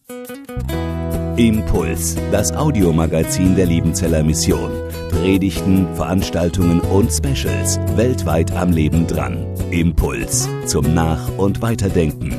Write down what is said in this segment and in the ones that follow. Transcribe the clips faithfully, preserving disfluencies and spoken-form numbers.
Impuls, das Audiomagazin der Liebenzeller Mission. Predigten, Veranstaltungen und Specials weltweit am Leben dran. Impuls zum Nach- und Weiterdenken.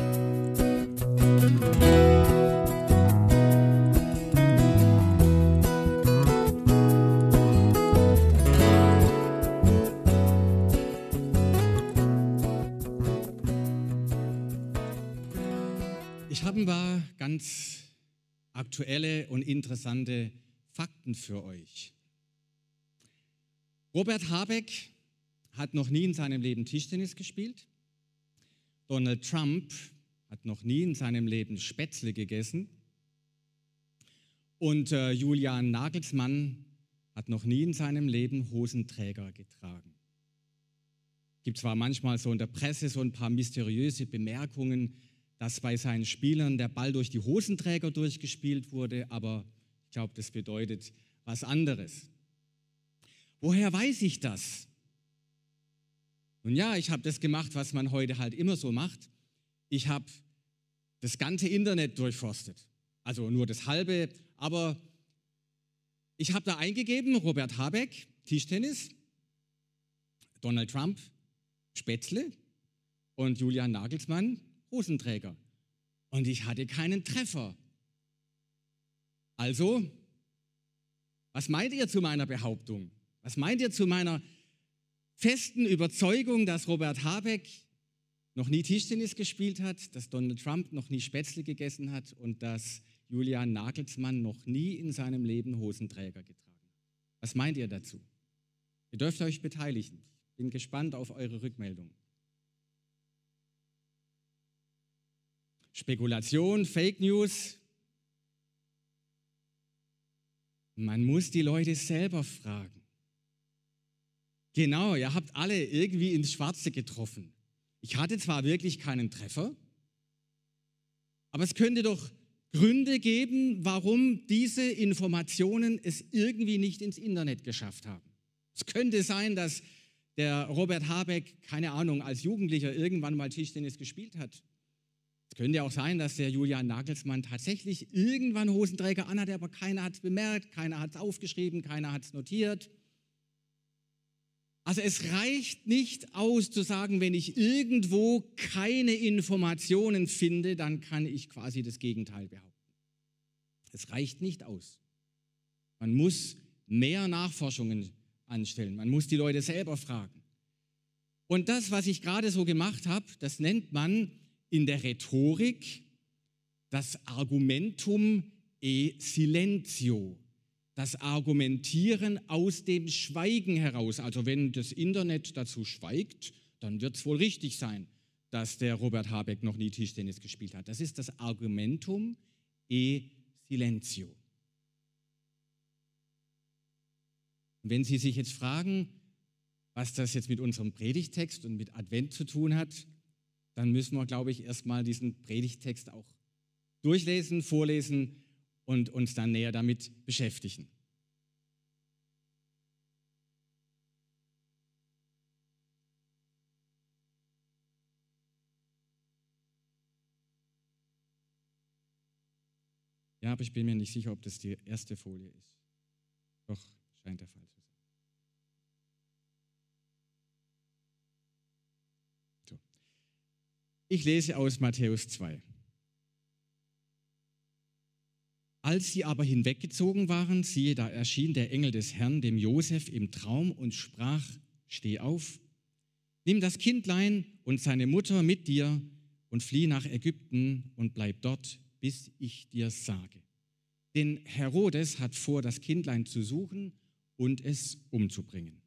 Ich habe ein paar ganz aktuelle und interessante Fakten für euch. Robert Habeck hat noch nie in seinem Leben Tischtennis gespielt. Donald Trump hat noch nie in seinem Leben Spätzle gegessen. Und äh, Julian Nagelsmann hat noch nie in seinem Leben Hosenträger getragen. Es gibt zwar manchmal so in der Presse so ein paar mysteriöse Bemerkungen, dass bei seinen Spielern der Ball durch die Hosenträger durchgespielt wurde, aber ich glaube, das bedeutet was anderes. Woher weiß ich das? Nun ja, ich habe das gemacht, was man heute halt immer so macht. Ich habe das ganze Internet durchforstet, also nur das halbe, aber ich habe da eingegeben, Robert Habeck, Tischtennis, Donald Trump, Spätzle und Julian Nagelsmann, Hosenträger. Und ich hatte keinen Treffer. Also, was meint ihr zu meiner Behauptung? Was meint ihr zu meiner festen Überzeugung, dass Robert Habeck noch nie Tischtennis gespielt hat, dass Donald Trump noch nie Spätzle gegessen hat und dass Julian Nagelsmann noch nie in seinem Leben Hosenträger getragen hat? Was meint ihr dazu? Ihr dürft euch beteiligen. Ich bin gespannt auf eure Rückmeldung. Spekulation, Fake News. Man muss die Leute selber fragen. Genau, ihr habt alle irgendwie ins Schwarze getroffen. Ich hatte zwar wirklich keinen Treffer, aber es könnte doch Gründe geben, warum diese Informationen es irgendwie nicht ins Internet geschafft haben. Es könnte sein, dass der Robert Habeck, keine Ahnung, als Jugendlicher irgendwann mal Tischtennis gespielt hat. Es könnte auch sein, dass der Julian Nagelsmann tatsächlich irgendwann Hosenträger anhat, aber keiner hat es bemerkt, keiner hat es aufgeschrieben, keiner hat es notiert. Also es reicht nicht aus zu sagen, wenn ich irgendwo keine Informationen finde, dann kann ich quasi das Gegenteil behaupten. Es reicht nicht aus. Man muss mehr Nachforschungen anstellen, man muss die Leute selber fragen. Und das, was ich gerade so gemacht habe, das nennt man in der Rhetorik das Argumentum e silentio, das Argumentieren aus dem Schweigen heraus. Also wenn das Internet dazu schweigt, dann wird es wohl richtig sein, dass der Robert Habeck noch nie Tischtennis gespielt hat. Das ist das Argumentum e silentio. Und wenn Sie sich jetzt fragen, was das jetzt mit unserem Predigtext und mit Advent zu tun hat, dann müssen wir, glaube ich, erstmal diesen Predigttext auch durchlesen, vorlesen und uns dann näher damit beschäftigen. Ja, aber ich bin mir nicht sicher, ob das die erste Folie ist. Doch, scheint der Fall zu sein. Ich lese aus Matthäus zwei. Als sie aber hinweggezogen waren, siehe, da erschien der Engel des Herrn dem Josef im Traum und sprach: Steh auf, nimm das Kindlein und seine Mutter mit dir und flieh nach Ägypten und bleib dort, bis ich dir sage. Denn Herodes hat vor, das Kindlein zu suchen und es umzubringen.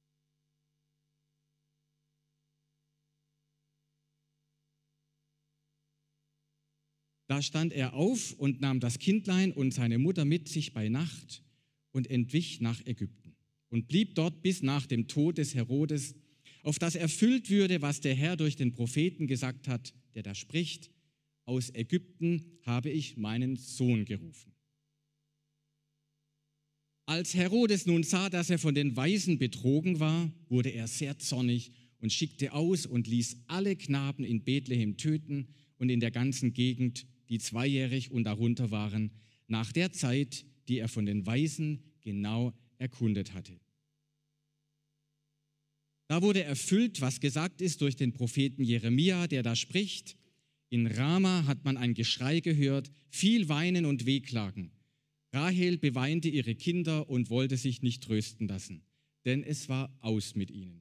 Da stand er auf und nahm das Kindlein und seine Mutter mit sich bei Nacht und entwich nach Ägypten und blieb dort bis nach dem Tod des Herodes, auf das erfüllt würde, was der Herr durch den Propheten gesagt hat, der da spricht: Aus Ägypten habe ich meinen Sohn gerufen. Als Herodes nun sah, dass er von den Weisen betrogen war, wurde er sehr zornig und schickte aus und ließ alle Knaben in Bethlehem töten und in der ganzen Gegend die zweijährig und darunter waren, nach der Zeit, die er von den Weisen genau erkundet hatte. Da wurde erfüllt, was gesagt ist durch den Propheten Jeremia, der da spricht: In Rama hat man ein Geschrei gehört, viel Weinen und Wehklagen. Rahel beweinte ihre Kinder und wollte sich nicht trösten lassen, denn es war aus mit ihnen.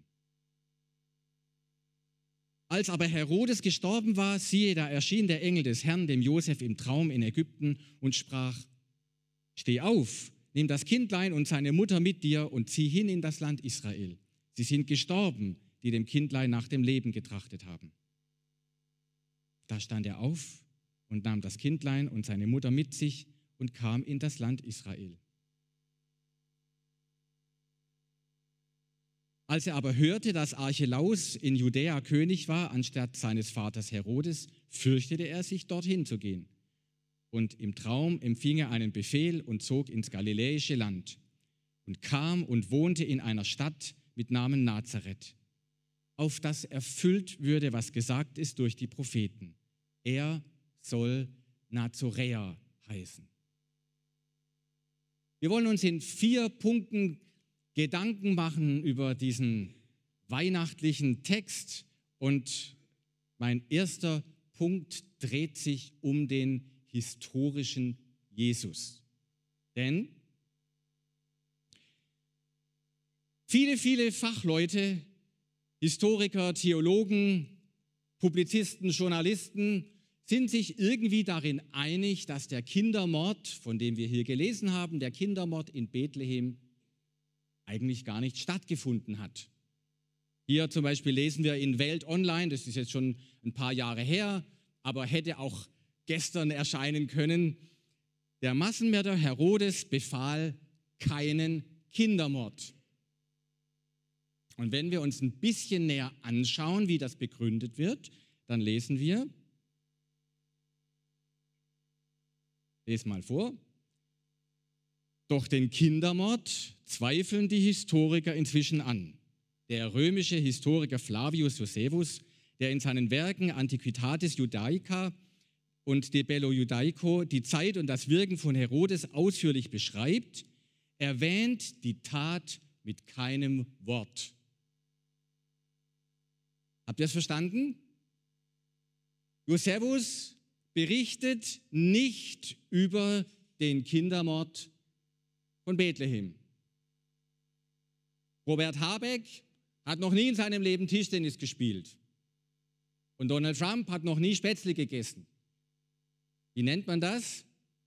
Als aber Herodes gestorben war, siehe, da erschien der Engel des Herrn dem Josef im Traum in Ägypten und sprach: Steh auf, nimm das Kindlein und seine Mutter mit dir und zieh hin in das Land Israel. Sie sind gestorben, die dem Kindlein nach dem Leben getrachtet haben. Da stand er auf und nahm das Kindlein und seine Mutter mit sich und kam in das Land Israel. Als er aber hörte, dass Archelaus in Judäa König war, anstatt seines Vaters Herodes, fürchtete er sich, dorthin zu gehen. Und im Traum empfing er einen Befehl und zog ins galiläische Land und kam und wohnte in einer Stadt mit Namen Nazareth, auf das erfüllt würde, was gesagt ist durch die Propheten. Er soll Nazoräer heißen. Wir wollen uns in vier Punkten Gedanken machen über diesen weihnachtlichen Text und mein erster Punkt dreht sich um den historischen Jesus. Denn viele, viele Fachleute, Historiker, Theologen, Publizisten, Journalisten sind sich irgendwie darin einig, dass der Kindermord, von dem wir hier gelesen haben, der Kindermord in Bethlehem, eigentlich gar nicht stattgefunden hat. Hier zum Beispiel lesen wir in Welt Online, das ist jetzt schon ein paar Jahre her, aber hätte auch gestern erscheinen können, der Massenmörder Herodes befahl keinen Kindermord. Und wenn wir uns ein bisschen näher anschauen, wie das begründet wird, dann lesen wir, lese mal vor, doch den Kindermord zweifeln die Historiker inzwischen an. Der römische Historiker Flavius Josephus, der in seinen Werken Antiquitatis Judaica und De Bello Judaico die Zeit und das Wirken von Herodes ausführlich beschreibt, erwähnt die Tat mit keinem Wort. Habt ihr es verstanden? Josephus berichtet nicht über den Kindermord von Bethlehem. Robert Habeck hat noch nie in seinem Leben Tischtennis gespielt. Und Donald Trump hat noch nie Spätzle gegessen. Wie nennt man das?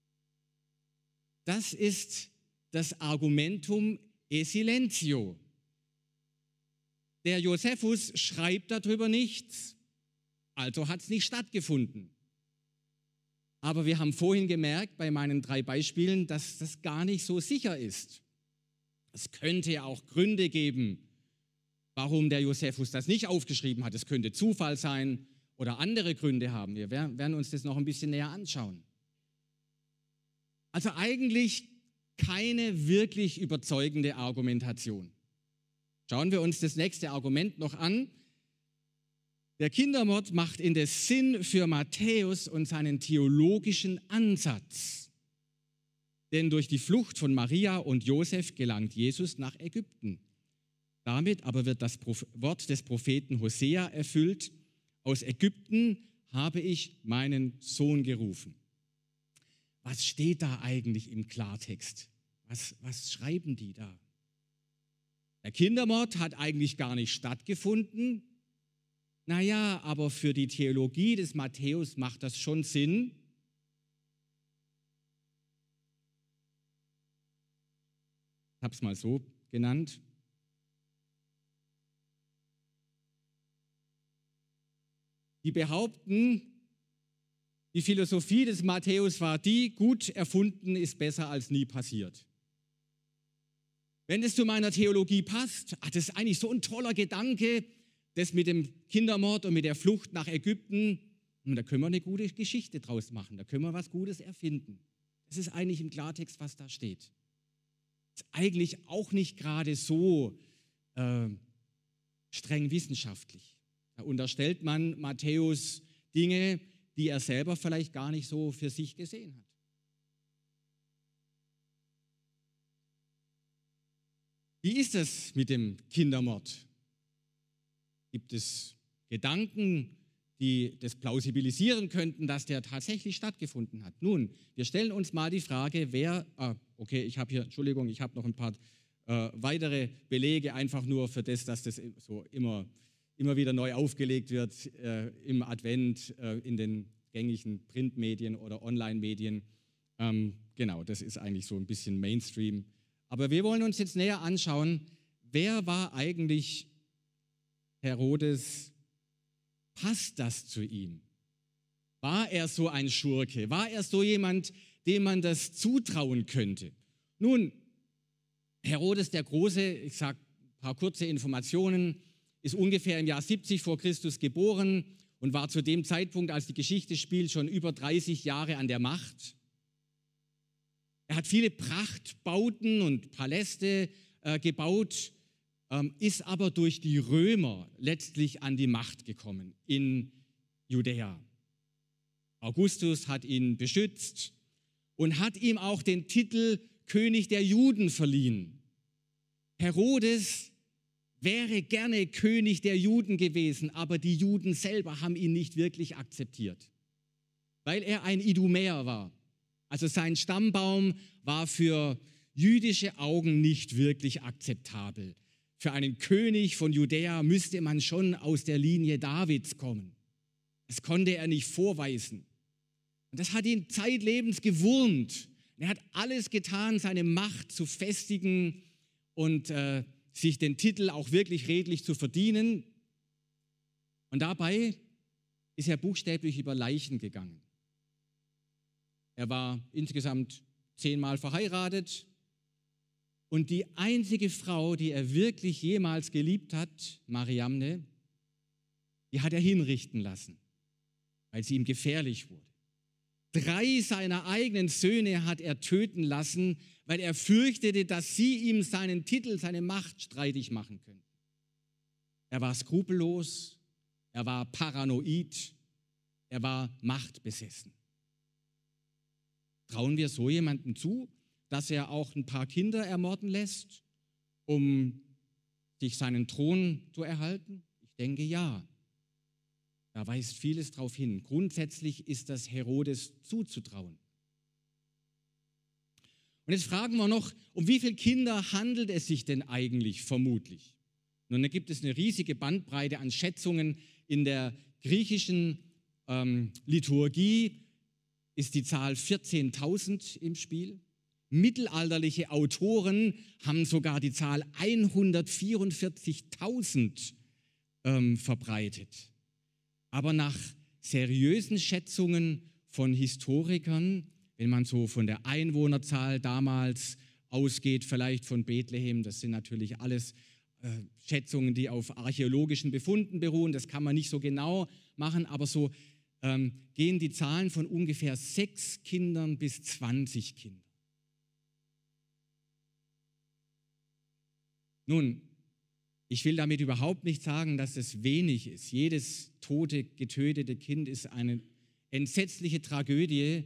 Das ist das Argumentum e silentio. Der Josephus schreibt darüber nichts, also hat es nicht stattgefunden. Aber wir haben vorhin gemerkt bei meinen drei Beispielen, dass das gar nicht so sicher ist. Es könnte ja auch Gründe geben, warum der Josephus das nicht aufgeschrieben hat. Es könnte Zufall sein oder andere Gründe haben. Wir werden uns das noch ein bisschen näher anschauen. Also eigentlich keine wirklich überzeugende Argumentation. Schauen wir uns das nächste Argument noch an. Der Kindermord macht indes Sinn für Matthäus und seinen theologischen Ansatz. Denn durch die Flucht von Maria und Josef gelangt Jesus nach Ägypten. Damit aber wird das Wort des Propheten Hosea erfüllt: Aus Ägypten habe ich meinen Sohn gerufen. Was steht da eigentlich im Klartext? Was, was schreiben die da? Der Kindermord hat eigentlich gar nicht stattgefunden. Naja, aber für die Theologie des Matthäus macht das schon Sinn. Ich habe es mal so genannt. Die behaupten, die Philosophie des Matthäus war die: gut erfunden ist besser als nie passiert. Wenn es zu meiner Theologie passt, ach, das ist eigentlich so ein toller Gedanke, das mit dem Kindermord und mit der Flucht nach Ägypten, und da können wir eine gute Geschichte draus machen, da können wir was Gutes erfinden. Das ist eigentlich im Klartext, was da steht. Das ist eigentlich auch nicht gerade so äh, streng wissenschaftlich. Da unterstellt man Matthäus Dinge, die er selber vielleicht gar nicht so für sich gesehen hat. Wie ist es mit dem Kindermord? Gibt es Gedanken, die das plausibilisieren könnten, dass der tatsächlich stattgefunden hat? Nun, wir stellen uns mal die Frage, wer, ah, okay, ich habe hier, Entschuldigung, ich habe noch ein paar äh, weitere Belege, einfach nur für das, dass das so immer, immer wieder neu aufgelegt wird äh, im Advent, äh, in den gängigen Printmedien oder Online-Medien. Ähm, genau, das ist eigentlich so ein bisschen Mainstream. Aber wir wollen uns jetzt näher anschauen, wer war eigentlich Herodes? Passt das zu ihm? War er so ein Schurke? War er so jemand, dem man das zutrauen könnte? Nun, Herodes der Große, ich sage ein paar kurze Informationen, ist ungefähr im Jahr siebzig vor Christus geboren und war zu dem Zeitpunkt, als die Geschichte spielt, schon über dreißig Jahre an der Macht. Er hat viele Prachtbauten und Paläste äh, gebaut, ähm, ist aber durch die Römer letztlich an die Macht gekommen in Judäa. Augustus hat ihn beschützt und hat ihm auch den Titel König der Juden verliehen. Herodes wäre gerne König der Juden gewesen, aber die Juden selber haben ihn nicht wirklich akzeptiert, weil er ein Idumäer war. Also sein Stammbaum war für jüdische Augen nicht wirklich akzeptabel. Für einen König von Judäa müsste man schon aus der Linie Davids kommen. Das konnte er nicht vorweisen. Und das hat ihn zeitlebens gewurmt. Er hat alles getan, seine Macht zu festigen und äh, sich den Titel auch wirklich redlich zu verdienen. Und dabei ist er buchstäblich über Leichen gegangen. Er war insgesamt zehnmal verheiratet und die einzige Frau, die er wirklich jemals geliebt hat, Mariamne, die hat er hinrichten lassen, weil sie ihm gefährlich wurde. Drei seiner eigenen Söhne hat er töten lassen, weil er fürchtete, dass sie ihm seinen Titel, seine Macht streitig machen könnten. Er war skrupellos, er war paranoid, er war machtbesessen. Trauen wir so jemandem zu, dass er auch ein paar Kinder ermorden lässt, um sich seinen Thron zu erhalten? Ich denke, ja. Da weist vieles darauf hin. Grundsätzlich ist das Herodes zuzutrauen. Und jetzt fragen wir noch, um wie viele Kinder handelt es sich denn eigentlich vermutlich? Nun, da gibt es eine riesige Bandbreite an Schätzungen. In der griechischen ähm, Liturgie ist die Zahl vierzehntausend im Spiel. Mittelalterliche Autoren haben sogar die Zahl hundertvierundvierzigtausend ähm, verbreitet. Aber nach seriösen Schätzungen von Historikern, wenn man so von der Einwohnerzahl damals ausgeht, vielleicht von Bethlehem, das sind natürlich alles äh, Schätzungen, die auf archäologischen Befunden beruhen, das kann man nicht so genau machen, aber so ähm, gehen die Zahlen von ungefähr sechs Kindern bis zwanzig Kindern. Nun, ich will damit überhaupt nicht sagen, dass es wenig ist. Jedes tote, getötete Kind ist eine entsetzliche Tragödie.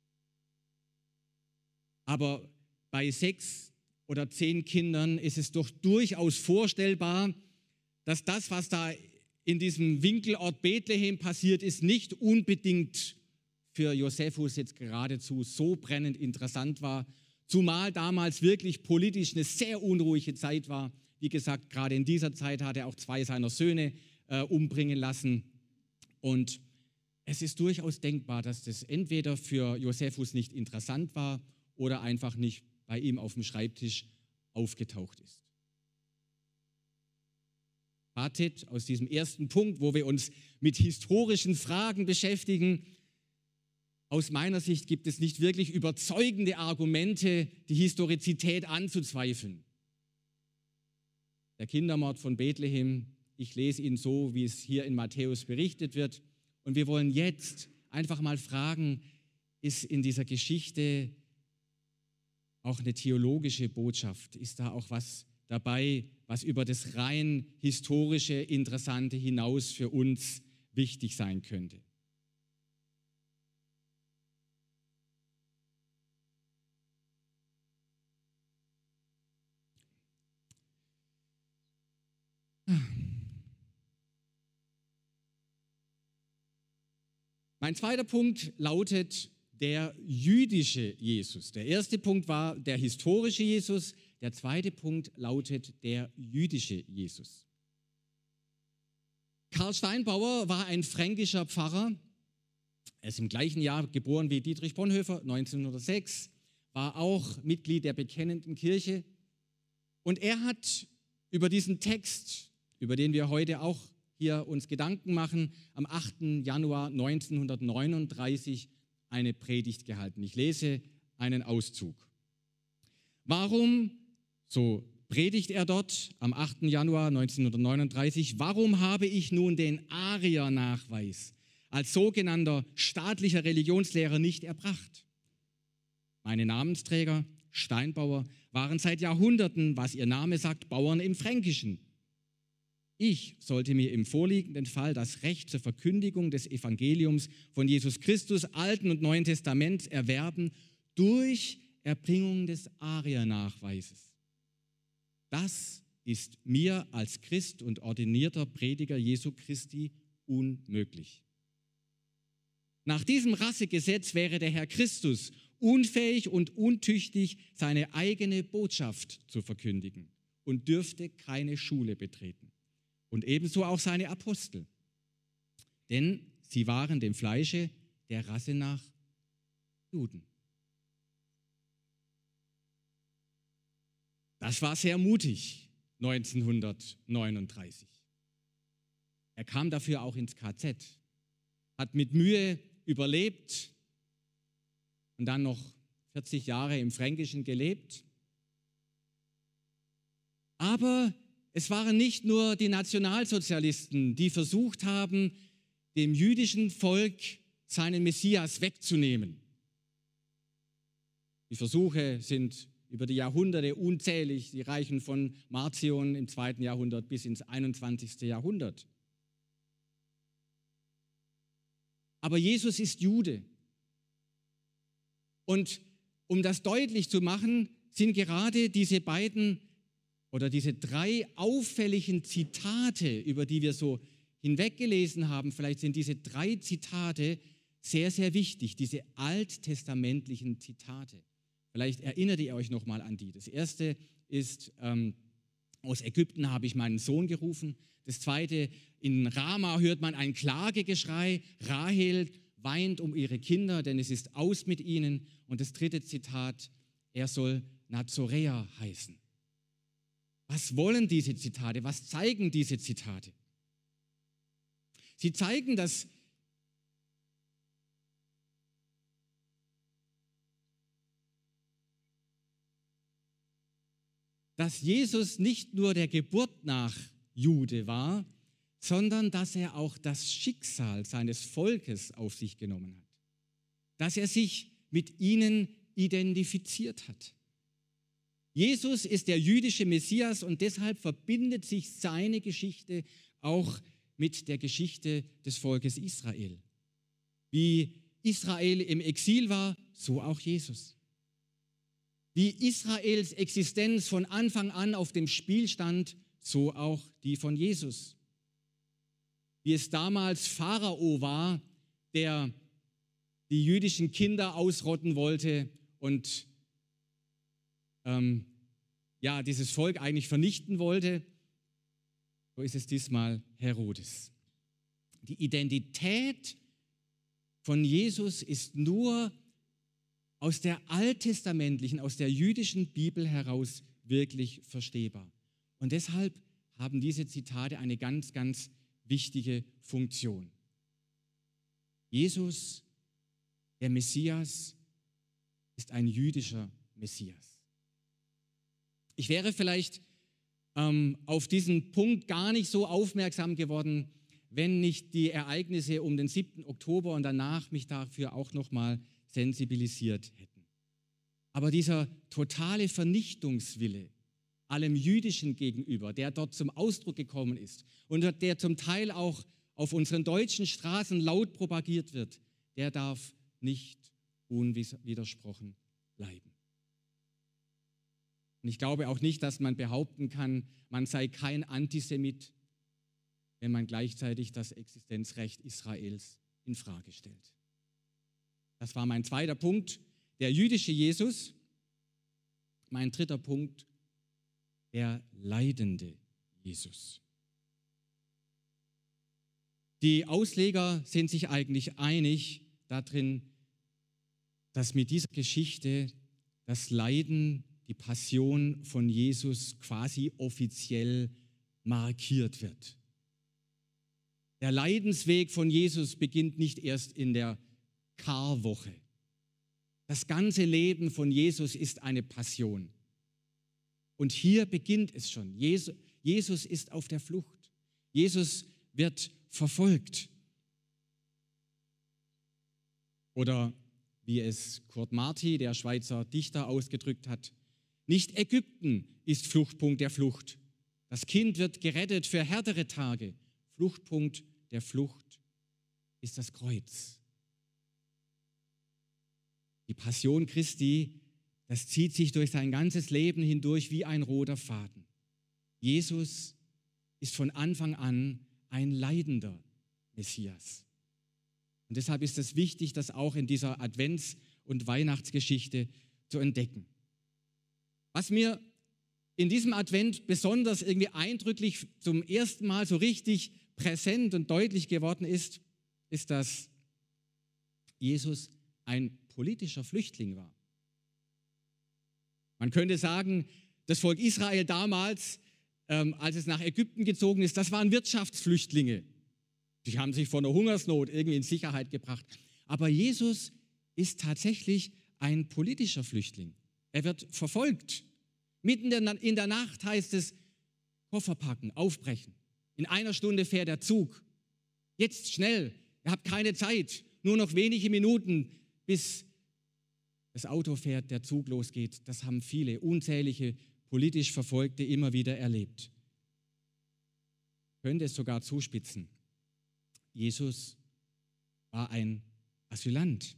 Aber bei sechs oder zehn Kindern ist es doch durchaus vorstellbar, dass das, was da in diesem Winkelort Bethlehem passiert ist, nicht unbedingt für Josephus jetzt geradezu so brennend interessant war, zumal damals wirklich politisch eine sehr unruhige Zeit war. Wie gesagt, gerade in dieser Zeit hat er auch zwei seiner Söhne äh, umbringen lassen. Und es ist durchaus denkbar, dass das entweder für Josephus nicht interessant war oder einfach nicht bei ihm auf dem Schreibtisch aufgetaucht ist. Fazit aus diesem ersten Punkt, wo wir uns mit historischen Fragen beschäftigen. Aus meiner Sicht gibt es nicht wirklich überzeugende Argumente, die Historizität anzuzweifeln. Der Kindermord von Bethlehem, ich lese ihn so, wie es hier in Matthäus berichtet wird. Und wir wollen jetzt einfach mal fragen, ist in dieser Geschichte auch eine theologische Botschaft? Ist da auch was dabei, was über das rein historische, interessante hinaus für uns wichtig sein könnte? Mein zweiter Punkt lautet der jüdische Jesus. Der erste Punkt war der historische Jesus. Der zweite Punkt lautet der jüdische Jesus. Karl Steinbauer war ein fränkischer Pfarrer. Er ist im gleichen Jahr geboren wie Dietrich Bonhoeffer, neunzehnhundertsechs, war auch Mitglied der Bekennenden Kirche. Und er hat über diesen Text, über den wir heute auch hier uns Gedanken machen, am achten Januar neunzehnhundertneununddreißig eine Predigt gehalten. Ich lese einen Auszug. Warum, so predigt er dort am achten Januar neunzehnhundertneununddreißig, warum habe ich nun den Arier-Nachweis als sogenannter staatlicher Religionslehrer nicht erbracht? Meine Namensträger, Steinbauer, waren seit Jahrhunderten, was ihr Name sagt, Bauern im Fränkischen. Ich sollte mir im vorliegenden Fall das Recht zur Verkündigung des Evangeliums von Jesus Christus, Alten und Neuen Testaments, erwerben durch Erbringung des Arier-Nachweises. Das ist mir als Christ und ordinierter Prediger Jesu Christi unmöglich. Nach diesem Rassegesetz wäre der Herr Christus unfähig und untüchtig, seine eigene Botschaft zu verkündigen und dürfte keine Schule betreten. Und ebenso auch seine Apostel. Denn sie waren dem Fleische der Rasse nach Juden. Das war sehr mutig, neunzehnhundertneununddreißig. Er kam dafür auch ins K Z, hat mit Mühe überlebt und dann noch vierzig Jahre im Fränkischen gelebt. Aber es waren nicht nur die Nationalsozialisten, die versucht haben, dem jüdischen Volk seinen Messias wegzunehmen. Die Versuche sind über die Jahrhunderte unzählig, die reichen von Marcion im zweiten Jahrhundert bis ins einundzwanzigste Jahrhundert. Aber Jesus ist Jude. Und um das deutlich zu machen, sind gerade diese beiden oder diese drei auffälligen Zitate, über die wir so hinweggelesen haben, vielleicht sind diese drei Zitate sehr, sehr wichtig, diese alttestamentlichen Zitate. Vielleicht erinnert ihr euch nochmal an die. Das erste ist, ähm, aus Ägypten habe ich meinen Sohn gerufen. Das zweite, in Rama hört man ein Klagegeschrei. Rahel weint um ihre Kinder, denn es ist aus mit ihnen. Und das dritte Zitat, er soll Nazoräer heißen. Was wollen diese Zitate? Was zeigen diese Zitate? Sie zeigen, dass dass Jesus nicht nur der Geburt nach Jude war, sondern dass er auch das Schicksal seines Volkes auf sich genommen hat. Dass er sich mit ihnen identifiziert hat. Jesus ist der jüdische Messias und deshalb verbindet sich seine Geschichte auch mit der Geschichte des Volkes Israel. Wie Israel im Exil war, so auch Jesus. Wie Israels Existenz von Anfang an auf dem Spiel stand, so auch die von Jesus. Wie es damals Pharao war, der die jüdischen Kinder ausrotten wollte und ähm, ja, dieses Volk eigentlich vernichten wollte, so ist es diesmal Herodes. Die Identität von Jesus ist nur aus der alttestamentlichen, aus der jüdischen Bibel heraus wirklich verstehbar. Und deshalb haben diese Zitate eine ganz, ganz wichtige Funktion. Jesus, der Messias, ist ein jüdischer Messias. Ich wäre vielleicht ähm, auf diesen Punkt gar nicht so aufmerksam geworden, wenn nicht die Ereignisse um den siebten Oktober und danach mich dafür auch nochmal sensibilisiert hätten. Aber dieser totale Vernichtungswille allem Jüdischen gegenüber, der dort zum Ausdruck gekommen ist und der zum Teil auch auf unseren deutschen Straßen laut propagiert wird, der darf nicht unwidersprochen bleiben. Und ich glaube auch nicht, dass man behaupten kann, man sei kein Antisemit, wenn man gleichzeitig das Existenzrecht Israels in Frage stellt. Das war mein zweiter Punkt, der jüdische Jesus. Mein dritter Punkt, der leidende Jesus. Die Ausleger sind sich eigentlich einig darin, dass mit dieser Geschichte das Leiden, die Passion von Jesus quasi offiziell markiert wird. Der Leidensweg von Jesus beginnt nicht erst in der Karwoche. Das ganze Leben von Jesus ist eine Passion. Und hier beginnt es schon. Jesus ist auf der Flucht. Jesus wird verfolgt. Oder wie es Kurt Marti, der Schweizer Dichter, ausgedrückt hat: Nicht Ägypten ist Fluchtpunkt der Flucht. Das Kind wird gerettet für härtere Tage. Fluchtpunkt der Flucht ist das Kreuz. Die Passion Christi, das zieht sich durch sein ganzes Leben hindurch wie ein roter Faden. Jesus ist von Anfang an ein leidender Messias. Und deshalb ist es wichtig, das auch in dieser Advents- und Weihnachtsgeschichte zu entdecken. Was mir in diesem Advent besonders irgendwie eindrücklich zum ersten Mal so richtig präsent und deutlich geworden ist, ist, dass Jesus ein politischer Flüchtling war. Man könnte sagen, das Volk Israel damals, ähm, als es nach Ägypten gezogen ist, das waren Wirtschaftsflüchtlinge. Die haben sich von der Hungersnot irgendwie in Sicherheit gebracht. Aber Jesus ist tatsächlich ein politischer Flüchtling. Er wird verfolgt. Mitten in der Nacht heißt es: Koffer packen, aufbrechen. In einer Stunde fährt der Zug. Jetzt schnell, ihr habt keine Zeit, nur noch wenige Minuten, bis das Auto fährt, der Zug losgeht. Das haben viele, unzählige politisch Verfolgte immer wieder erlebt. Ich könnte es sogar zuspitzen. Jesus war ein Asylant.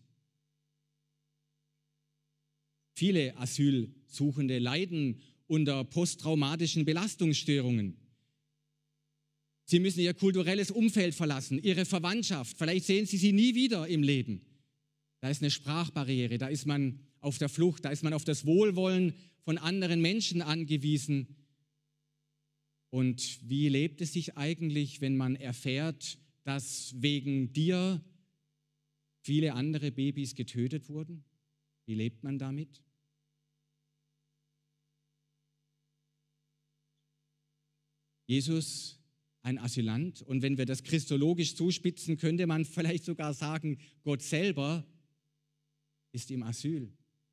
Viele Asylsuchende leiden unter posttraumatischen Belastungsstörungen. Sie müssen ihr kulturelles Umfeld verlassen, ihre Verwandtschaft. Vielleicht sehen sie sie nie wieder im Leben. Da ist eine Sprachbarriere, da ist man auf der Flucht, da ist man auf das Wohlwollen von anderen Menschen angewiesen. Und wie lebt es sich eigentlich, wenn man erfährt, dass wegen dir viele andere Babys getötet wurden? Wie lebt man damit? Jesus, ein Asylant, und wenn wir das christologisch zuspitzen, könnte man vielleicht sogar sagen, Gott selber ist im Asyl.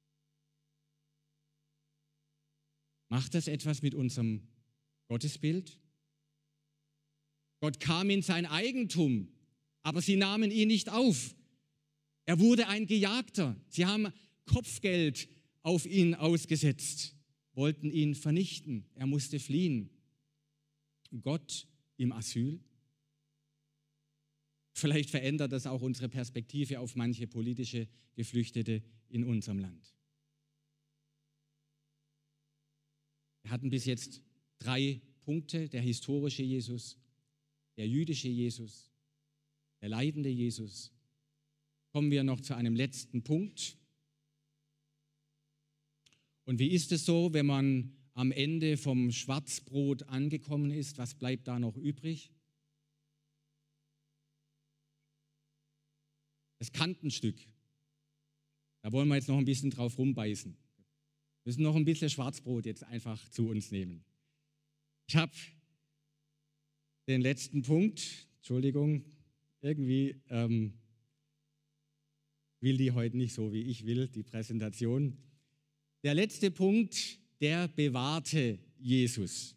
Macht das etwas mit unserem Gottesbild? Gott kam in sein Eigentum, aber sie nahmen ihn nicht auf. Er wurde ein Gejagter. Sie haben Kopfgeld auf ihn ausgesetzt, wollten ihn vernichten. Er musste fliehen. Gott im Asyl? Vielleicht verändert das auch unsere Perspektive auf manche politische Geflüchtete in unserem Land. Wir hatten bis jetzt drei Punkte: der historische Jesus, der jüdische Jesus, der leidende Jesus. Kommen wir noch zu einem letzten Punkt. Und wie ist es so, wenn man am Ende vom Schwarzbrot angekommen ist? Was bleibt da noch übrig? Das Kantenstück. Da wollen wir jetzt noch ein bisschen drauf rumbeißen. Wir müssen noch ein bisschen Schwarzbrot jetzt einfach zu uns nehmen. Ich habe den letzten Punkt, Entschuldigung, irgendwie ähm, will die heute nicht so, wie ich will, die Präsentation. Der letzte Punkt, der bewahrte Jesus.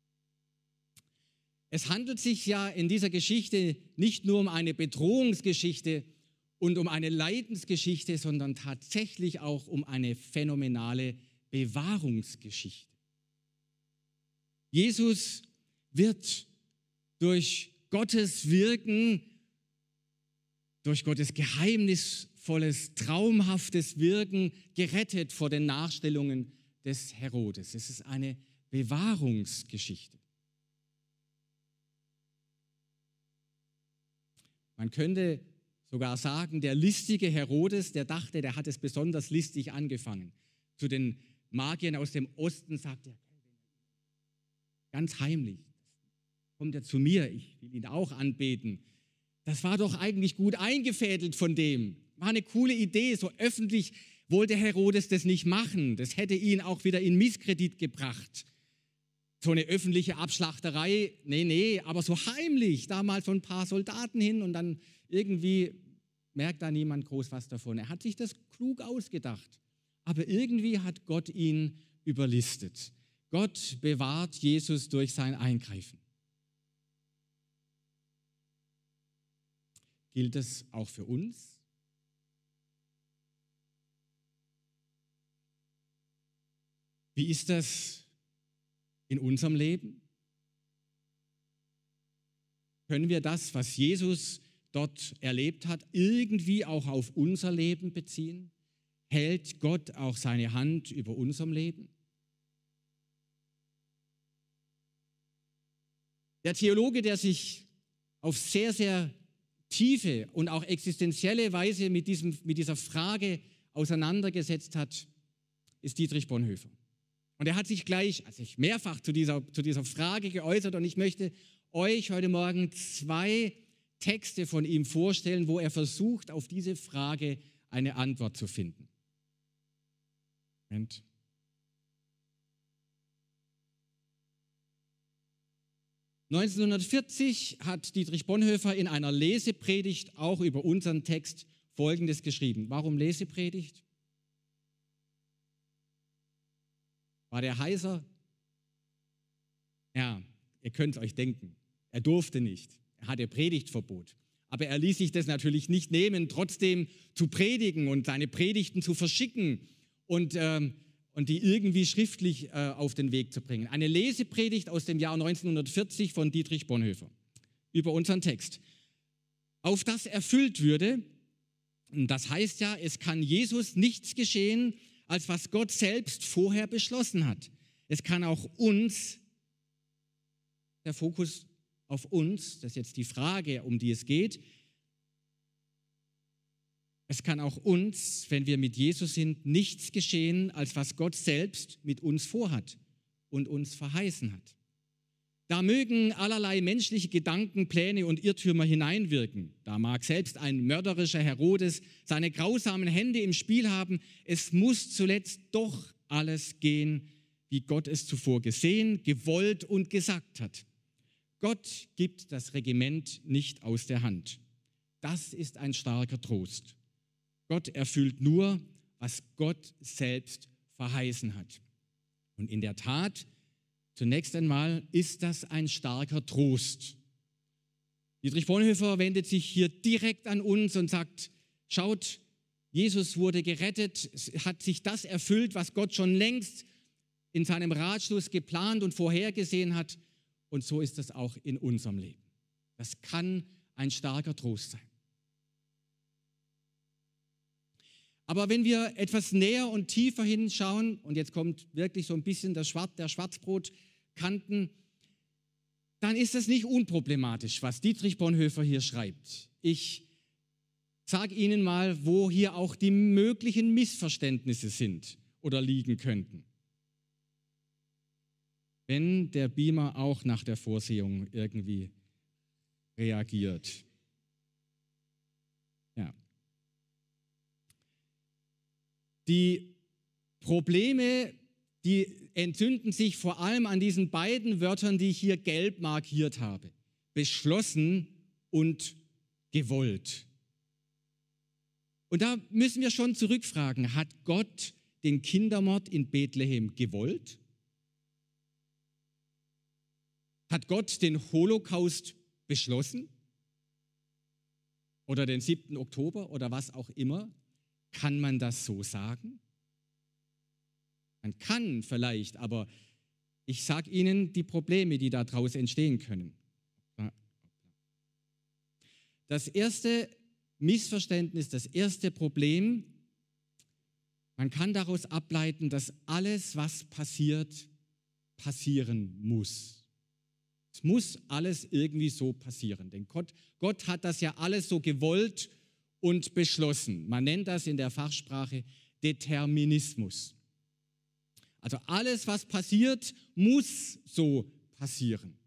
Es handelt sich ja in dieser Geschichte nicht nur um eine Bedrohungsgeschichte und um eine Leidensgeschichte, sondern tatsächlich auch um eine phänomenale Bewahrungsgeschichte. Jesus wird durch Gottes Wirken, durch Gottes geheimnisvolles, traumhaftes Wirken gerettet vor den Nachstellungen des Herodes. Es ist eine Bewahrungsgeschichte. Man könnte sogar sagen, der listige Herodes, der dachte, der hat es besonders listig angefangen. Zu den Magiern aus dem Osten sagt er, ganz heimlich, kommt er zu mir, ich will ihn auch anbeten. Das war doch eigentlich gut eingefädelt von dem. War eine coole Idee, so öffentlich wollte Herodes das nicht machen. Das hätte ihn auch wieder in Misskredit gebracht. So eine öffentliche Abschlachterei, nee, nee, aber so heimlich, da mal so ein paar Soldaten hin und dann irgendwie merkt da niemand groß was davon. Er hat sich das klug ausgedacht, aber irgendwie hat Gott ihn überlistet. Gott bewahrt Jesus durch sein Eingreifen. Gilt es auch für uns? Wie ist das in unserem Leben? Können wir das, was Jesus dort erlebt hat, irgendwie auch auf unser Leben beziehen? Hält Gott auch seine Hand über unserem Leben? Der Theologe, der sich auf sehr, sehr tiefe und auch existenzielle Weise mit, diesem, mit dieser Frage auseinandergesetzt hat, ist Dietrich Bonhoeffer. Und er hat sich gleich, also ich mehrfach zu dieser, zu dieser Frage geäußert und ich möchte euch heute Morgen zwei Texte von ihm vorstellen, wo er versucht, auf diese Frage eine Antwort zu finden. Moment. neunzehnhundertvierzig hat Dietrich Bonhoeffer in einer Lesepredigt auch über unseren Text Folgendes geschrieben. Warum Lesepredigt? War der heiser? Ja, ihr könnt es euch denken. Er durfte nicht. Er hatte Predigtverbot. Aber er ließ sich das natürlich nicht nehmen, trotzdem zu predigen und seine Predigten zu verschicken und, ähm, und die irgendwie schriftlich äh, auf den Weg zu bringen. Eine Lesepredigt aus dem Jahr neunzehnhundertvierzig von Dietrich Bonhoeffer über unseren Text. Auf das erfüllt würde, das heißt ja, es kann Jesus nichts geschehen, als was Gott selbst vorher beschlossen hat. Es kann auch uns, der Fokus auf uns, das ist jetzt die Frage, um die es geht, es kann auch uns, wenn wir mit Jesus sind, nichts geschehen, als was Gott selbst mit uns vorhat und uns verheißen hat. Da mögen allerlei menschliche Gedanken, Pläne und Irrtümer hineinwirken. Da mag selbst ein mörderischer Herodes seine grausamen Hände im Spiel haben. Es muss zuletzt doch alles gehen, wie Gott es zuvor gesehen, gewollt und gesagt hat. Gott gibt das Regiment nicht aus der Hand. Das ist ein starker Trost. Gott erfüllt nur, was Gott selbst verheißen hat. Und in der Tat, zunächst einmal ist das ein starker Trost. Dietrich Bonhoeffer wendet sich hier direkt an uns und sagt, schaut, Jesus wurde gerettet, es hat sich das erfüllt, was Gott schon längst in seinem Ratschluss geplant und vorhergesehen hat. Und so ist das auch in unserem Leben. Das kann ein starker Trost sein. Aber wenn wir etwas näher und tiefer hinschauen, und jetzt kommt wirklich so ein bisschen der, Schwarz, der Schwarzbrotkanten, dann ist das nicht unproblematisch, was Dietrich Bonhoeffer hier schreibt. Ich sage Ihnen mal, wo hier auch die möglichen Missverständnisse sind oder liegen könnten. Wenn der Beamer auch nach der Vorsehung irgendwie reagiert. Ja. Die Probleme, die entzünden sich vor allem an diesen beiden Wörtern, die ich hier gelb markiert habe. Beschlossen und gewollt. Und da müssen wir schon zurückfragen, hat Gott den Kindermord in Bethlehem gewollt? Hat Gott den Holocaust beschlossen? Oder den siebten Oktober oder was auch immer? Kann man das so sagen? Man kann vielleicht, aber ich sage Ihnen die Probleme, die daraus entstehen können. Das erste Missverständnis, das erste Problem, man kann daraus ableiten, dass alles, was passiert, passieren muss. Es muss alles irgendwie so passieren, denn Gott, Gott hat das ja alles so gewollt und beschlossen. Man nennt das in der Fachsprache Determinismus. Also alles, was passiert, muss so passieren.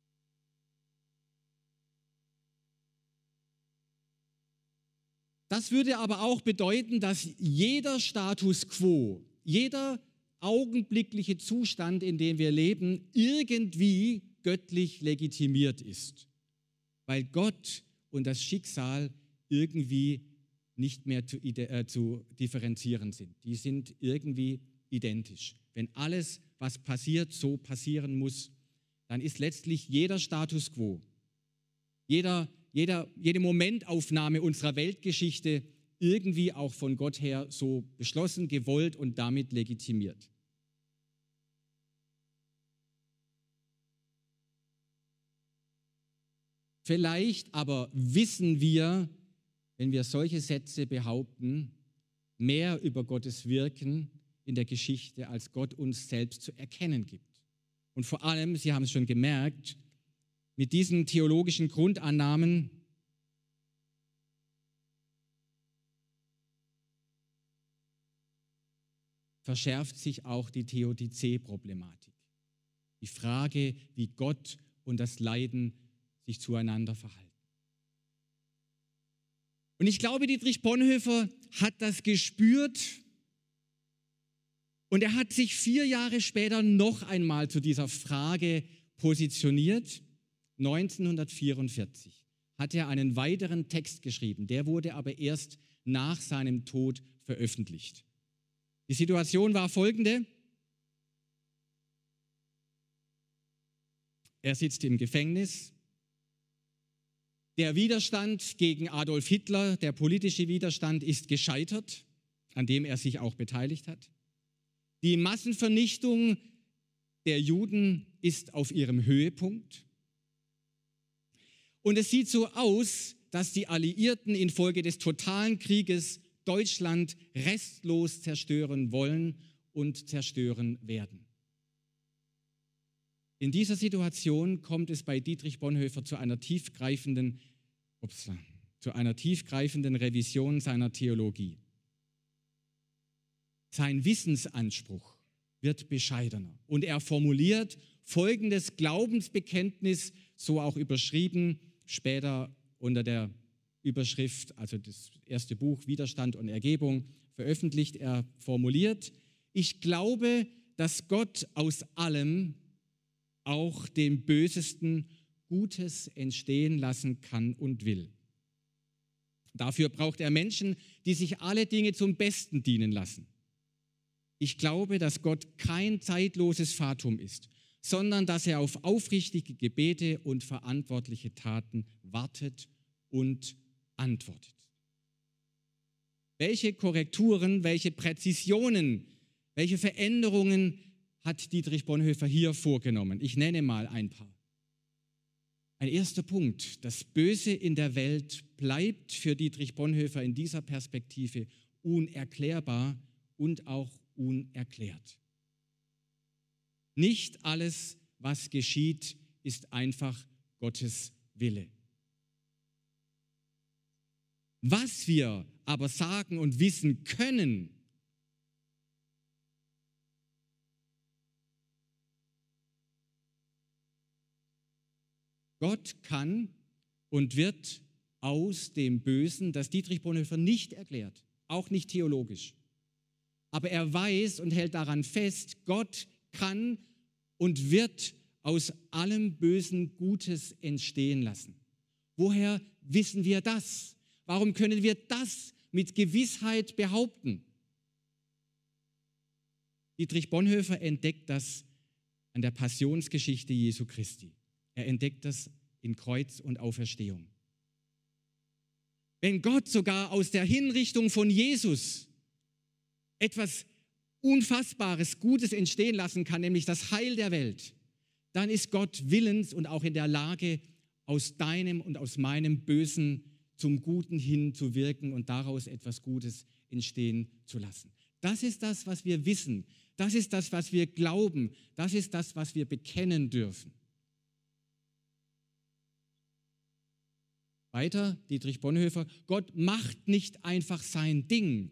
Das würde aber auch bedeuten, dass jeder Status quo, jeder augenblickliche Zustand, in dem wir leben, irgendwie göttlich legitimiert ist, weil Gott und das Schicksal irgendwie nicht mehr zu, äh, zu differenzieren sind. Die sind irgendwie identisch. Wenn alles, was passiert, so passieren muss, dann ist letztlich jeder Status quo, jeder, jeder, jede Momentaufnahme unserer Weltgeschichte irgendwie auch von Gott her so beschlossen, gewollt und damit legitimiert. Vielleicht aber wissen wir, wenn wir solche Sätze behaupten, mehr über Gottes Wirken in der Geschichte, als Gott uns selbst zu erkennen gibt. Und vor allem, Sie haben es schon gemerkt, mit diesen theologischen Grundannahmen verschärft sich auch die Theodizee-Problematik. Die Frage, wie Gott und das Leiden sich zueinander verhalten. Und ich glaube, Dietrich Bonhoeffer hat das gespürt und er hat sich vier Jahre später noch einmal zu dieser Frage positioniert. neunzehnhundertvierundvierzig hat er einen weiteren Text geschrieben, der wurde aber erst nach seinem Tod veröffentlicht. Die Situation war folgende: Er sitzt im Gefängnis. Der Widerstand gegen Adolf Hitler, der politische Widerstand, ist gescheitert, an dem er sich auch beteiligt hat. Die Massenvernichtung der Juden ist auf ihrem Höhepunkt. Und es sieht so aus, dass die Alliierten infolge des totalen Krieges Deutschland restlos zerstören wollen und zerstören werden. In dieser Situation kommt es bei Dietrich Bonhoeffer zu einer tiefgreifenden, ups, zu einer tiefgreifenden Revision seiner Theologie. Sein Wissensanspruch wird bescheidener und er formuliert folgendes Glaubensbekenntnis, so auch überschrieben, später unter der Überschrift, also das erste Buch Widerstand und Ergebung, veröffentlicht. Er formuliert: Ich glaube, dass Gott aus allem, auch dem Bösesten, Gutes entstehen lassen kann und will. Dafür braucht er Menschen, die sich alle Dinge zum Besten dienen lassen. Ich glaube, dass Gott kein zeitloses Fatum ist, sondern dass er auf aufrichtige Gebete und verantwortliche Taten wartet und antwortet. Welche Korrekturen, welche Präzisionen, welche Veränderungen hat Dietrich Bonhoeffer hier vorgenommen? Ich nenne mal ein paar. Ein erster Punkt: Das Böse in der Welt bleibt für Dietrich Bonhoeffer in dieser Perspektive unerklärbar und auch unerklärt. Nicht alles, was geschieht, ist einfach Gottes Wille. Was wir aber sagen und wissen können, Gott kann und wird aus dem Bösen, das Dietrich Bonhoeffer nicht erklärt, auch nicht theologisch. Aber er weiß und hält daran fest, Gott kann und wird aus allem Bösen Gutes entstehen lassen. Woher wissen wir das? Warum können wir das mit Gewissheit behaupten? Dietrich Bonhoeffer entdeckt das an der Passionsgeschichte Jesu Christi. Er entdeckt das in Kreuz und Auferstehung. Wenn Gott sogar aus der Hinrichtung von Jesus etwas Unfassbares, Gutes entstehen lassen kann, nämlich das Heil der Welt, dann ist Gott willens und auch in der Lage, aus deinem und aus meinem Bösen zum Guten hin zu wirken und daraus etwas Gutes entstehen zu lassen. Das ist das, was wir wissen. Das ist das, was wir glauben. Das ist das, was wir bekennen dürfen. Weiter, Dietrich Bonhoeffer, Gott macht nicht einfach sein Ding.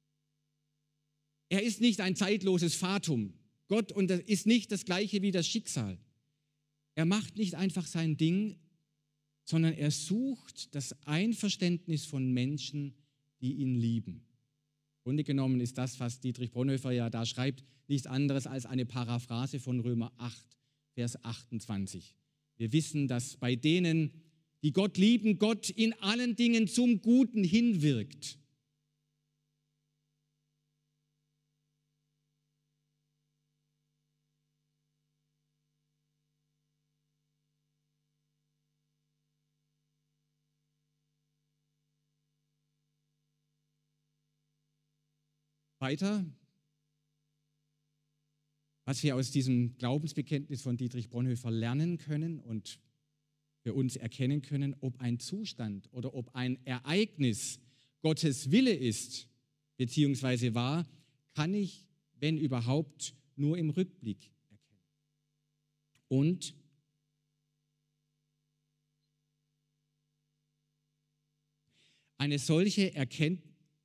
Er ist nicht ein zeitloses Fatum. Gott und das ist nicht das Gleiche wie das Schicksal. Er macht nicht einfach sein Ding, sondern er sucht das Einverständnis von Menschen, die ihn lieben. Im Grunde genommen ist das, was Dietrich Bonhoeffer ja da schreibt, nichts anderes als eine Paraphrase von Römer acht, Vers achtundzwanzig. Wir wissen, dass bei denen, die Gott lieben, Gott in allen Dingen zum Guten hinwirkt. Weiter, was wir aus diesem Glaubensbekenntnis von Dietrich Bonhoeffer lernen können und für uns erkennen können, ob ein Zustand oder ob ein Ereignis Gottes Wille ist, beziehungsweise war, kann ich, wenn überhaupt, nur im Rückblick erkennen. Und eine solche Erkenntnis,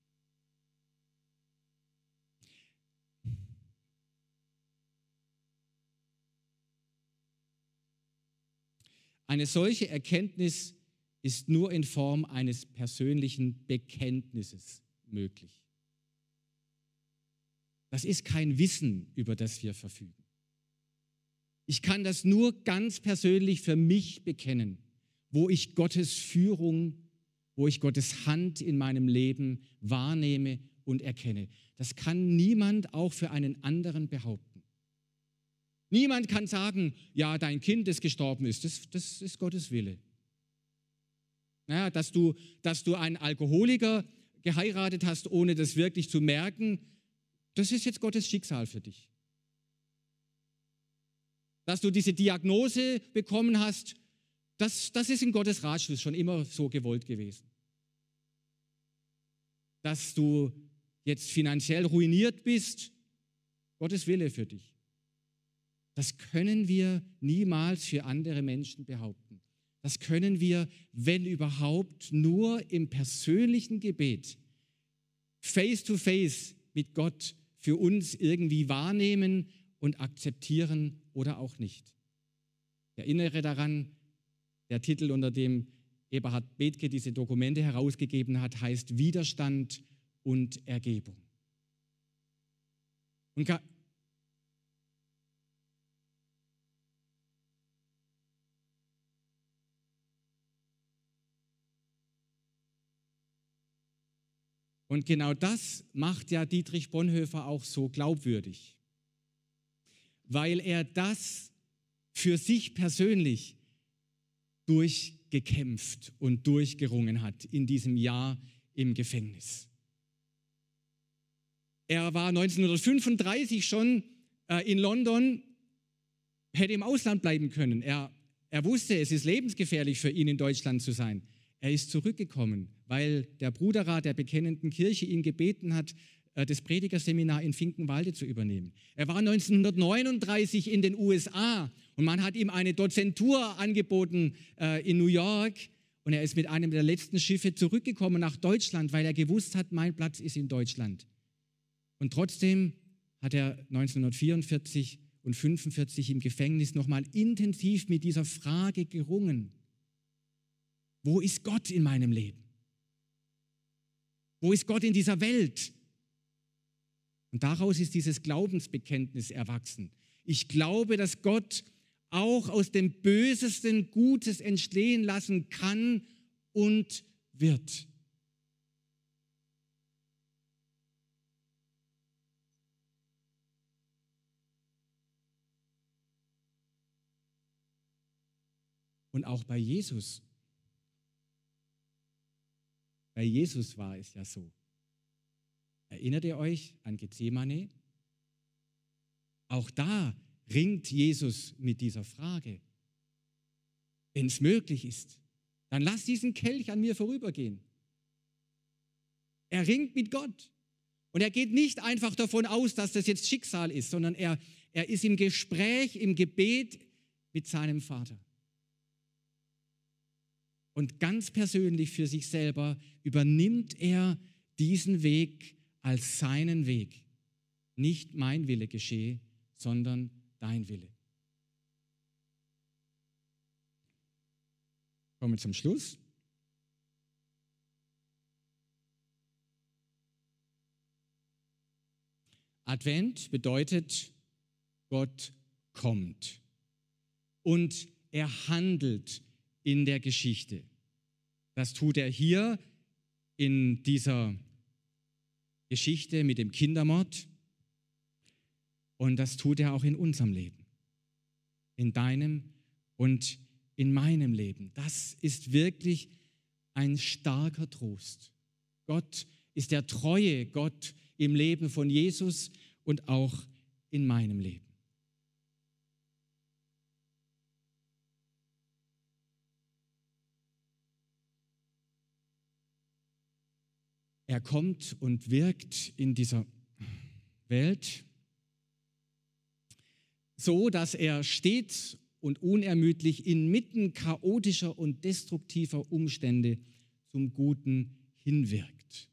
Eine solche Erkenntnis ist nur in Form eines persönlichen Bekenntnisses möglich. Das ist kein Wissen, über das wir verfügen. Ich kann das nur ganz persönlich für mich bekennen, wo ich Gottes Führung, wo ich Gottes Hand in meinem Leben wahrnehme und erkenne. Das kann niemand auch für einen anderen behaupten. Niemand kann sagen, ja, dein Kind, das gestorben ist, das, das ist Gottes Wille. Naja, dass du, dass du einen Alkoholiker geheiratet hast, ohne das wirklich zu merken, das ist jetzt Gottes Schicksal für dich. Dass du diese Diagnose bekommen hast, das, das ist in Gottes Ratschluss schon immer so gewollt gewesen. Dass du jetzt finanziell ruiniert bist, Gottes Wille für dich. Das können wir niemals für andere Menschen behaupten. Das können wir, wenn überhaupt, nur im persönlichen Gebet, face to face mit Gott, für uns irgendwie wahrnehmen und akzeptieren oder auch nicht. Ich erinnere daran, der Titel, unter dem Eberhard Bethge diese Dokumente herausgegeben hat, heißt Widerstand und Ergebung. Und Und genau das macht ja Dietrich Bonhoeffer auch so glaubwürdig, weil er das für sich persönlich durchgekämpft und durchgerungen hat in diesem Jahr im Gefängnis. Er war neunzehnhundertfünfunddreißig schon äh, in London, hätte im Ausland bleiben können. Er, er wusste, es ist lebensgefährlich für ihn, in Deutschland zu sein. Er ist zurückgekommen, weil der Bruderrat der Bekennenden Kirche ihn gebeten hat, das Predigerseminar in Finkenwalde zu übernehmen. Er war neunzehnhundertneununddreißig in den U S A und man hat ihm eine Dozentur angeboten äh, in New York und er ist mit einem der letzten Schiffe zurückgekommen nach Deutschland, weil er gewusst hat, mein Platz ist in Deutschland. Und trotzdem hat er neunzehnhundertvierundvierzig und fünfundvierzig im Gefängnis nochmal intensiv mit dieser Frage gerungen. Wo ist Gott in meinem Leben? Wo ist Gott in dieser Welt? Und daraus ist dieses Glaubensbekenntnis erwachsen. Ich glaube, dass Gott auch aus dem Bösesten Gutes entstehen lassen kann und wird. Und auch bei Jesus. Bei Jesus war es ja so. Erinnert ihr euch an Gethsemane? Auch da ringt Jesus mit dieser Frage. Wenn es möglich ist, dann lass diesen Kelch an mir vorübergehen. Er ringt mit Gott. Und er geht nicht einfach davon aus, dass das jetzt Schicksal ist, sondern er, er ist im Gespräch, im Gebet mit seinem Vater. Und ganz persönlich für sich selber übernimmt er diesen Weg als seinen Weg. Nicht mein Wille geschehe, sondern dein Wille. Kommen wir zum Schluss. Advent bedeutet, Gott kommt und er handelt in der Geschichte. Das tut er hier in dieser Geschichte mit dem Kindermord und das tut er auch in unserem Leben, in deinem und in meinem Leben. Das ist wirklich ein starker Trost. Gott ist der treue Gott im Leben von Jesus und auch in meinem Leben. Er kommt und wirkt in dieser Welt so, dass er stets und unermüdlich inmitten chaotischer und destruktiver Umstände zum Guten hinwirkt.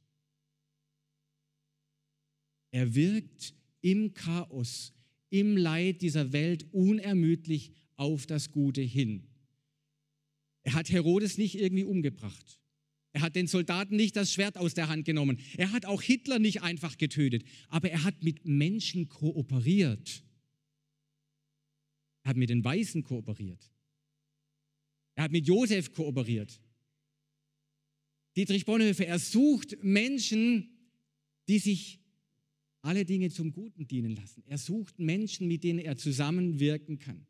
Er wirkt im Chaos, im Leid dieser Welt unermüdlich auf das Gute hin. Er hat Herodes nicht irgendwie umgebracht. Er hat den Soldaten nicht das Schwert aus der Hand genommen. Er hat auch Hitler nicht einfach getötet. Aber er hat mit Menschen kooperiert. Er hat mit den Weisen kooperiert. Er hat mit Josef kooperiert. Dietrich Bonhoeffer, er sucht Menschen, die sich alle Dinge zum Guten dienen lassen. Er sucht Menschen, mit denen er zusammenwirken kann.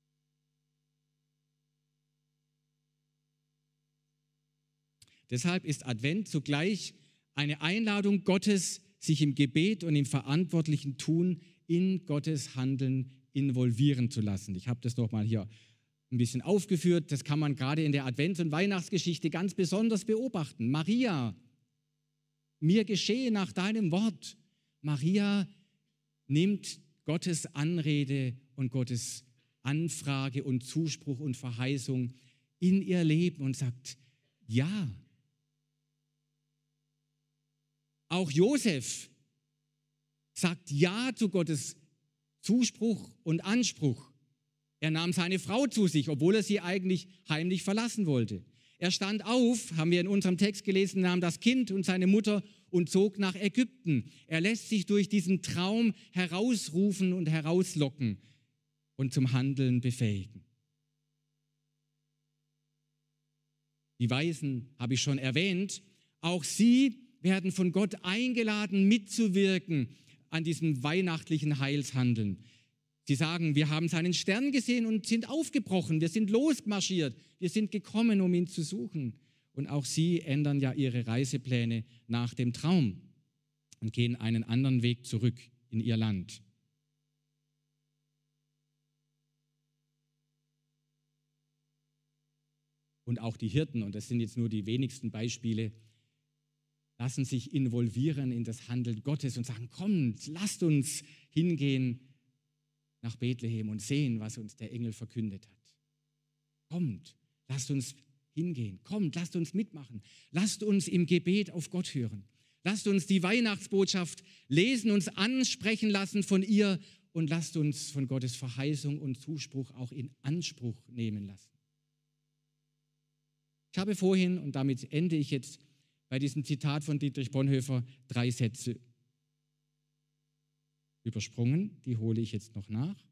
Deshalb ist Advent zugleich eine Einladung Gottes, sich im Gebet und im verantwortlichen Tun in Gottes Handeln involvieren zu lassen. Ich habe das noch mal hier ein bisschen aufgeführt. Das kann man gerade in der Advents- und Weihnachtsgeschichte ganz besonders beobachten. Maria, mir geschehe nach deinem Wort. Maria nimmt Gottes Anrede und Gottes Anfrage und Zuspruch und Verheißung in ihr Leben und sagt, ja. Auch Josef sagt Ja zu Gottes Zuspruch und Anspruch. Er nahm seine Frau zu sich, obwohl er sie eigentlich heimlich verlassen wollte. Er stand auf, haben wir in unserem Text gelesen, nahm das Kind und seine Mutter und zog nach Ägypten. Er lässt sich durch diesen Traum herausrufen und herauslocken und zum Handeln befähigen. Die Weisen habe ich schon erwähnt. Auch sie werden von Gott eingeladen, mitzuwirken an diesem weihnachtlichen Heilshandeln. Sie sagen, wir haben seinen Stern gesehen und sind aufgebrochen, wir sind losmarschiert, wir sind gekommen, um ihn zu suchen. Und auch sie ändern ja ihre Reisepläne nach dem Traum und gehen einen anderen Weg zurück in ihr Land. Und auch die Hirten, und das sind jetzt nur die wenigsten Beispiele, lassen sich involvieren in das Handeln Gottes und sagen, kommt, lasst uns hingehen nach Bethlehem und sehen, was uns der Engel verkündet hat. Kommt, lasst uns hingehen. Kommt, lasst uns mitmachen. Lasst uns im Gebet auf Gott hören. Lasst uns die Weihnachtsbotschaft lesen, uns ansprechen lassen von ihr und lasst uns von Gottes Verheißung und Zuspruch auch in Anspruch nehmen lassen. Ich habe vorhin, und damit ende ich jetzt bei diesem Zitat von Dietrich Bonhoeffer, drei Sätze übersprungen, die hole ich jetzt noch nach.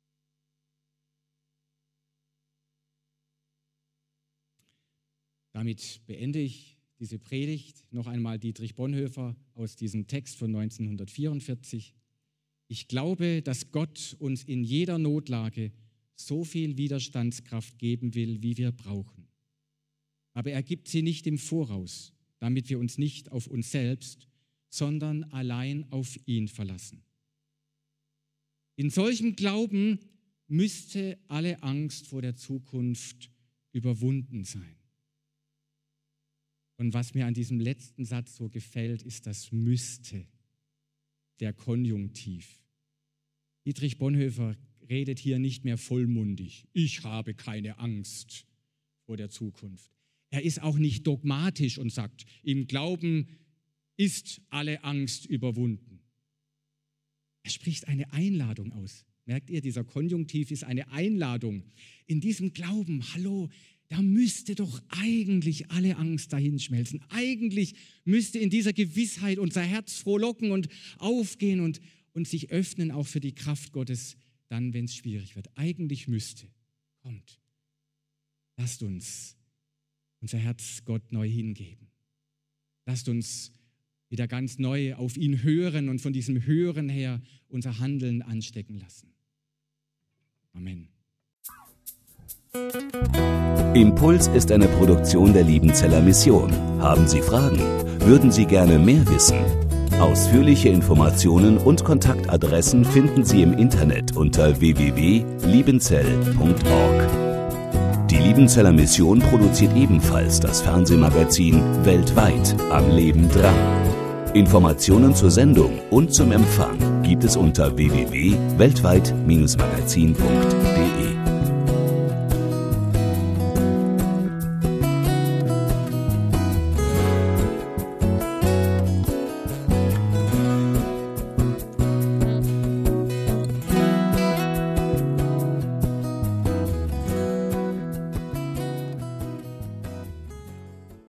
Damit beende ich diese Predigt. Noch einmal Dietrich Bonhoeffer aus diesem Text von neunzehnhundertvierundvierzig. Ich glaube, dass Gott uns in jeder Notlage so viel Widerstandskraft geben will, wie wir brauchen. Aber er gibt sie nicht im Voraus, damit wir uns nicht auf uns selbst, sondern allein auf ihn verlassen. In solchem Glauben müsste alle Angst vor der Zukunft überwunden sein. Und was mir an diesem letzten Satz so gefällt, ist das müsste, der Konjunktiv. Dietrich Bonhoeffer redet hier nicht mehr vollmundig. Ich habe keine Angst vor der Zukunft. Er ist auch nicht dogmatisch und sagt, im Glauben ist alle Angst überwunden. Er spricht eine Einladung aus. Merkt ihr, dieser Konjunktiv ist eine Einladung. In diesem Glauben, hallo, da müsste doch eigentlich alle Angst dahinschmelzen. Eigentlich müsste in dieser Gewissheit unser Herz frohlocken und aufgehen und, und sich öffnen auch für die Kraft Gottes, dann, wenn es schwierig wird. Eigentlich müsste. Kommt, lasst uns unser Herz Gott neu hingeben. Lasst uns wieder ganz neu auf ihn hören und von diesem Hören her unser Handeln anstecken lassen. Amen. Impuls ist eine Produktion der Liebenzeller Mission. Haben Sie Fragen? Würden Sie gerne mehr wissen? Ausführliche Informationen und Kontaktadressen finden Sie im Internet unter w w w punkt liebenzell punkt org. Die Liebenzeller Mission produziert ebenfalls das Fernsehmagazin Weltweit am Leben dran. Informationen zur Sendung und zum Empfang gibt es unter w w w punkt weltweit Bindestrich magazin punkt de.